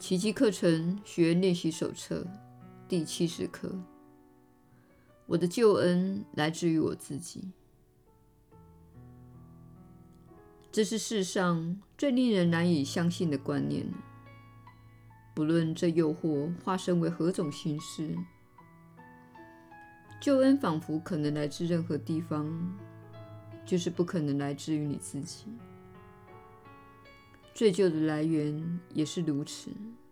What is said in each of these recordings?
奇迹课程学员练习手册第70课。我的救恩来自于我自己。这是世上最令人难以相信的观念，不论这诱惑化身为何种形式，救恩仿佛可能来自任何地方，就是不可能来自于你自己。罪疚的来源也是如此。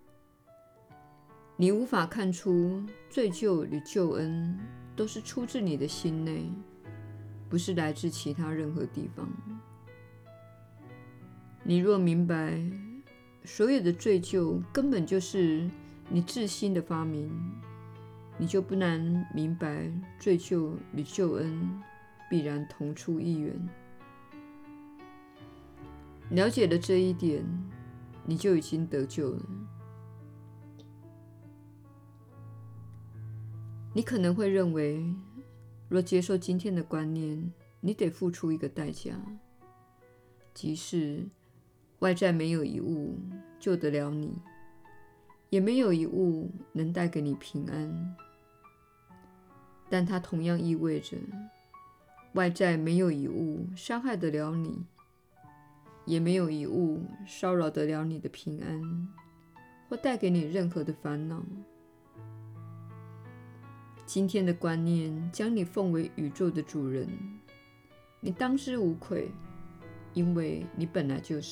你无法看出罪疚与救恩都是出自你的心内，不是来自其他任何地方。你若明白所有的罪疚根本就是你自心的发明，你就不难明白罪疚与救恩必然同出一源。了解了这一点，你就已经得救了。你可能会认为，若接受今天的观念，你得付出一个代价，即是外在没有一物救得了你，也没有一物能带给你平安。但它同样意味着，外在没有一物伤害得了你，也没有一物骚扰得了你的平安，或带给你任何的烦恼。今天的观念将你奉为宇宙的主人，你当之无愧，因为你本来就是。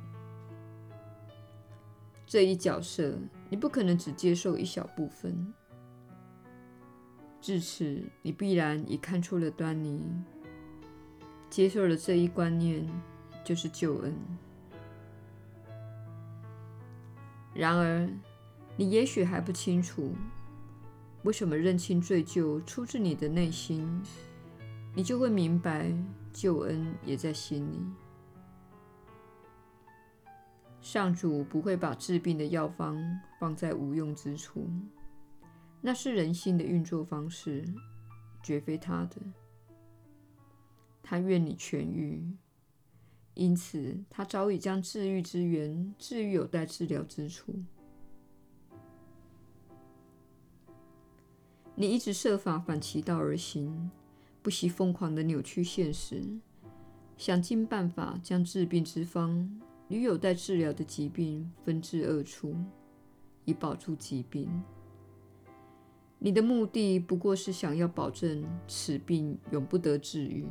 这一角色，你不可能只接受一小部分。至此，你必然已看出了端倪。接受了这一观念，就是救恩。然而，你也许还不清楚，为什么认清罪疚出自你的内心，你就会明白救恩也在心里。上主不会把治病的药方放在无用之处，那是人心的运作方式，绝非他的。他愿你痊愈，因此他早已将治愈之源置于有待治疗之处。你一直设法反其道而行，不惜疯狂地扭曲现实，想尽办法将治病之方与有待治疗的疾病分治二处，以保住疾病。你的目的不过是想要保证此病永不得治愈，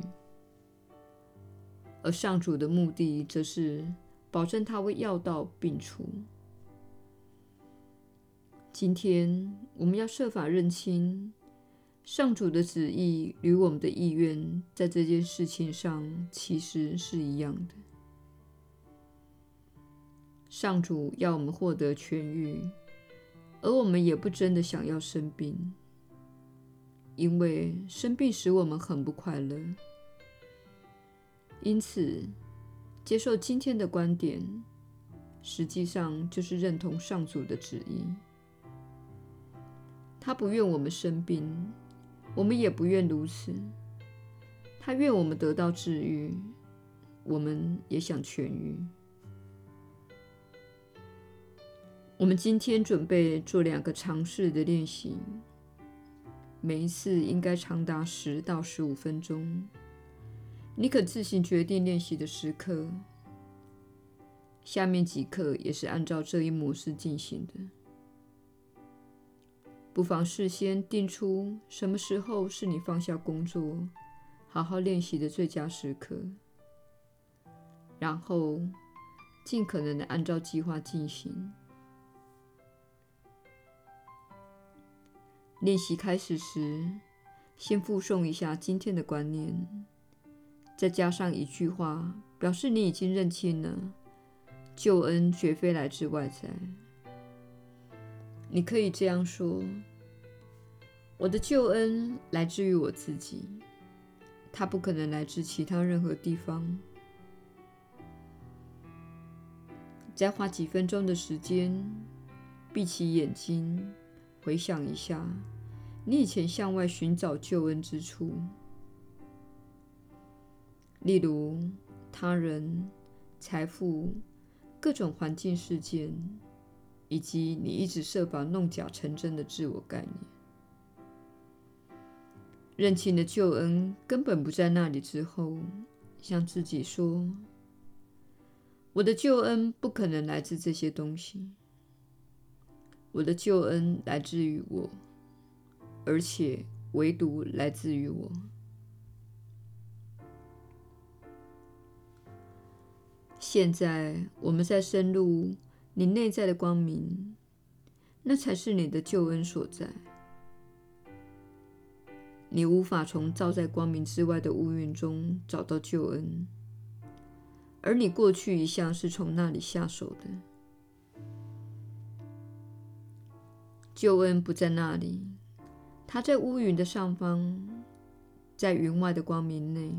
而上主的目的则是保证他会药到病除。今天我们要设法认清，上主的旨意与我们的意愿在这件事情上其实是一样的。上主要我们获得痊愈，而我们也不真的想要生病，因为生病使我们很不快乐。因此，接受今天的观点，实际上就是认同上主的旨意。他不愿我们生病，我们也不愿如此。他愿我们得到治愈，我们也想痊愈。我们今天准备做2个尝试的练习，每一次应该长达10到15分钟。你可自行决定练习的时刻。下面几课也是按照这一模式进行的。不妨事先定出什么时候是你放下工作，好好练习的最佳时刻，然后尽可能的按照计划进行。练习开始时，先复诵一下今天的观念，再加上一句话，表示你已经认清了救恩绝非来自外在。你可以这样说：我的救恩来自于我自己，它不可能来自其他任何地方。再花几分钟的时间，闭起眼睛，回想一下你以前向外寻找救恩之处，例如他人、财富、各种环境事件。 以及你一直设法弄假成真的自我概念。认清了救恩根本不在那里之后，向自己说：我的救恩不可能来自这些东西，我的救恩来自于我，而且唯独来自于我。现在我们在深入你内在的光明，那才是你的救恩所在。你无法从照在光明之外的乌云中找到救恩，而你过去一向是从那里下手的。救恩不在那里，它在乌云的上方，在云外的光明内。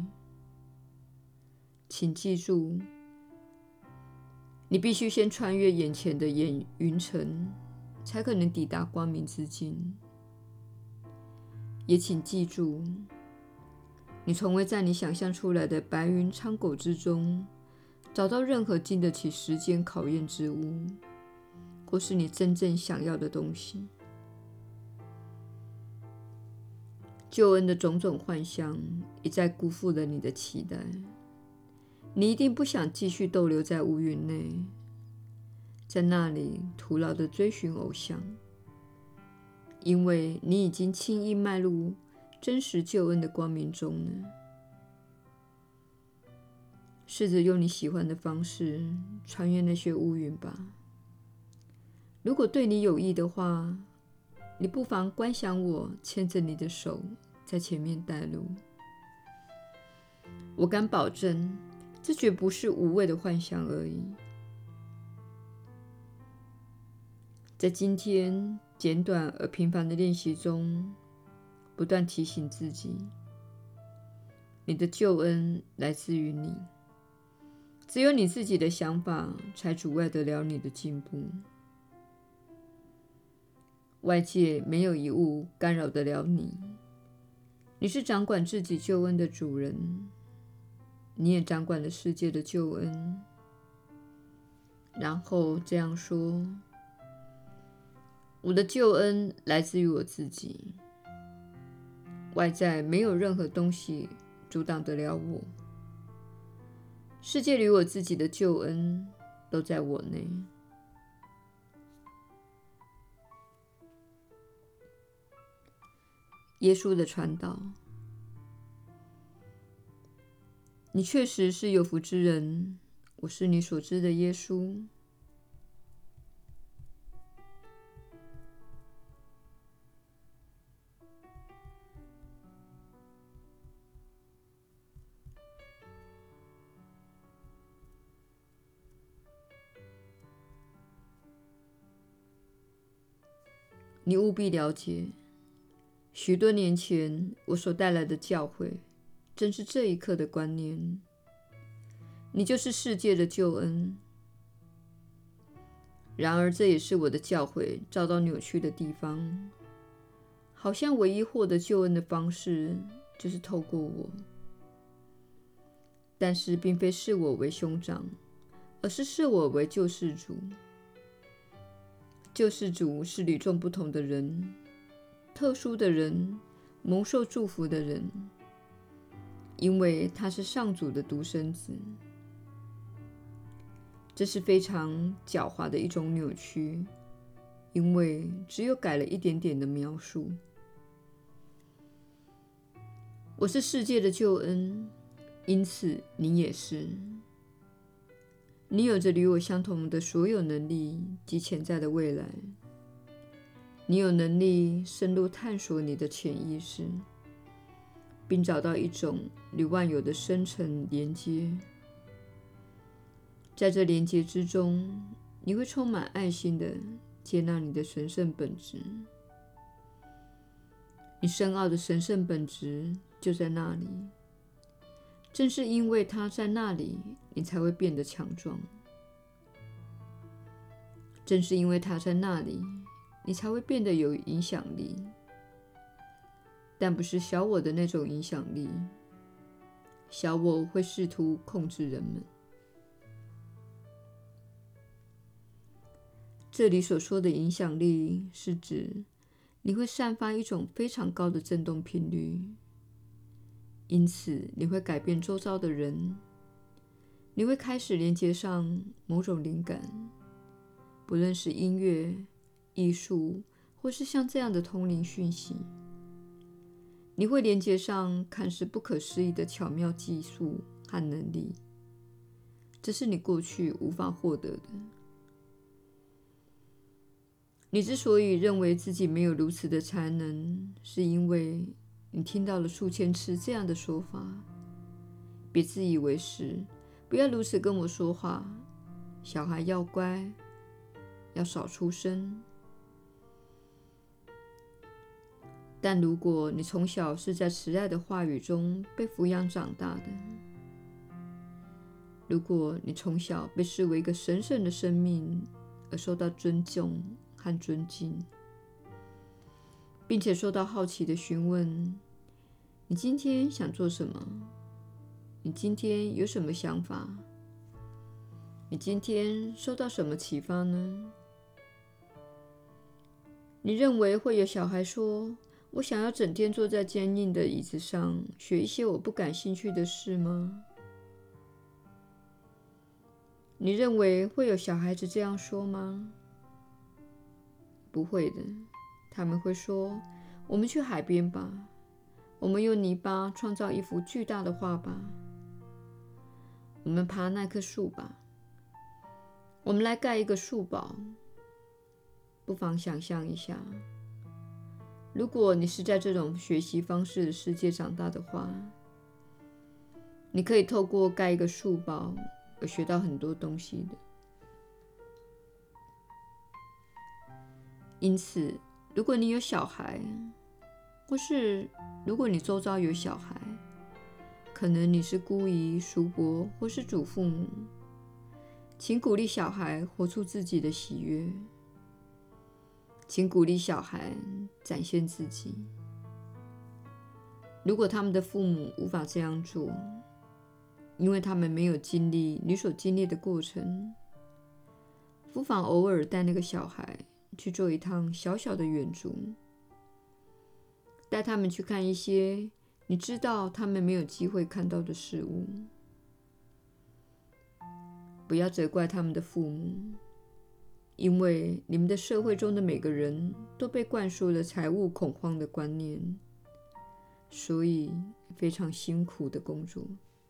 请记住，你必须先穿越眼前的云层，才可能抵达光明之境。也请记住，你从未在你想象出来的白云苍狗之中找到任何经得起时间考验之物，或是你真正想要的东西。救恩的种种幻象一再辜负了你的期待，你一定不想继续逗留在乌云内，在那里徒劳地追寻偶像，因为你已经轻易迈入真实救恩的光明中了。试着用你喜欢的方式穿越那些乌云吧。如果对你有益的话，你不妨观想我牵着你的手在前面带路。我敢保证，这绝不是无谓的幻想而已。在今天简短而频繁的练习中，不断提醒自己，你的救恩来自于你，只有你自己的想法才阻碍得了你的进步。外界没有一物干扰得了你，你是掌管自己救恩的主人，你也掌管了世界的救恩。然后这样说：我的救恩来自于我自己，外在没有任何东西阻挡得了我，世界里我自己的救恩都在我内。耶稣的传道。你确实是有福之人，我是你所知的耶稣。你务必了解，许多年前我所带来的教诲，正是这一刻的观念。你就是世界的救恩。然而，这也是我的教诲遭到扭曲的地方，好像唯一获得救恩的方式就是透过我。但是，并非视我为兄长，而是视我为救世主。救世主是与众不同的人，特殊的人，蒙受祝福的人，因为他是上主的独生子。这是非常狡猾的一种扭曲，因为只有改了一点点的描述。我是世界的救恩，因此你也是。你有着与我相同的所有能力及潜在的未来。你有能力深入探索你的潜意识，并找到一种与万有的深层连接。在这连接之中，你会充满爱心地接纳你的神圣本质。你深奥的神圣本质就在那里。正是因为它在那里，你才会变得强壮。正是因为它在那里，你才会变得有影响力。但不是小我的那种影响力。小我会试图控制人们。 这里所说的影响力是指你会散发一种非常高的振动频率，因此你会改变周遭的人，你会开始连接上某种灵感，不论是音乐、艺术，或是像这样的通灵讯息。你会连接上看似不可思议的巧妙技术和能力，这是你过去无法获得的。你之所以认为自己没有如此的才能，是因为你听到了数千次这样的说法。别自以为是，不要如此跟我说话。小孩要乖，要少出声。但如果你从小是在慈爱的话语中被抚养长大的，如果你从小被视为一个神圣的生命而受到尊重和尊敬，并且受到好奇的询问，你今天想做什么？你今天有什么想法？你今天受到什么启发呢？你认为会有小孩说，我想要整天坐在坚硬的椅子上，学一些我不感兴趣的事吗？你认为会有小孩子这样说吗？不会的，他们会说，我们去海边吧，我们用泥巴创造一幅巨大的画吧，我们爬那棵树吧，我们来盖一个树堡。不妨想象一下，如果你是在这种学习方式的世界长大的话，你可以透过盖一个树堡而学到很多东西的。因此，如果你有小孩，或是如果你周遭有小孩，可能你是姑姨、叔伯或是祖父母，请鼓励小孩活出自己的喜悦，请鼓励小孩展现自己。如果他们的父母无法这样做，因为他们没有经历你所经历的过程，不妨偶尔带那个小孩去做一趟小小的远足，带他们去看一些你知道他们没有机会看到的事物。不要责怪他们的父母，因为你们的社会中的每个人都被灌输了财务恐慌的观念，所以非常辛苦的工作。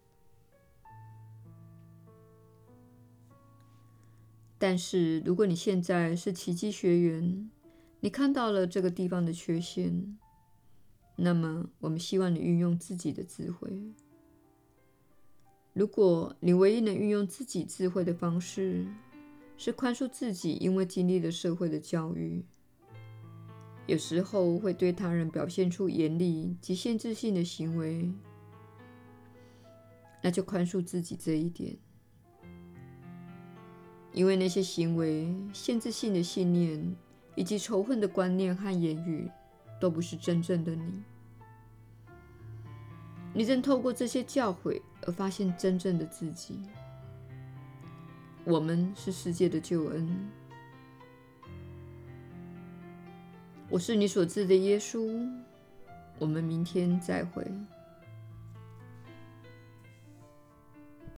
但是如果你现在是奇迹学员，你看到了这个地方的缺陷，那么我们希望你运用自己的智慧。如果你唯一能运用自己智慧的方式是宽恕自己，因为经历了社会的教育，有时候会对他人表现出严厉及限制性的行为，那就宽恕自己这一点。因为那些行为、限制性的信念以及仇恨的观念和言语，都不是真正的你。你正透过这些教诲而发现真正的自己。我们是世界的救恩。我是你所知的耶稣。我们明天再会。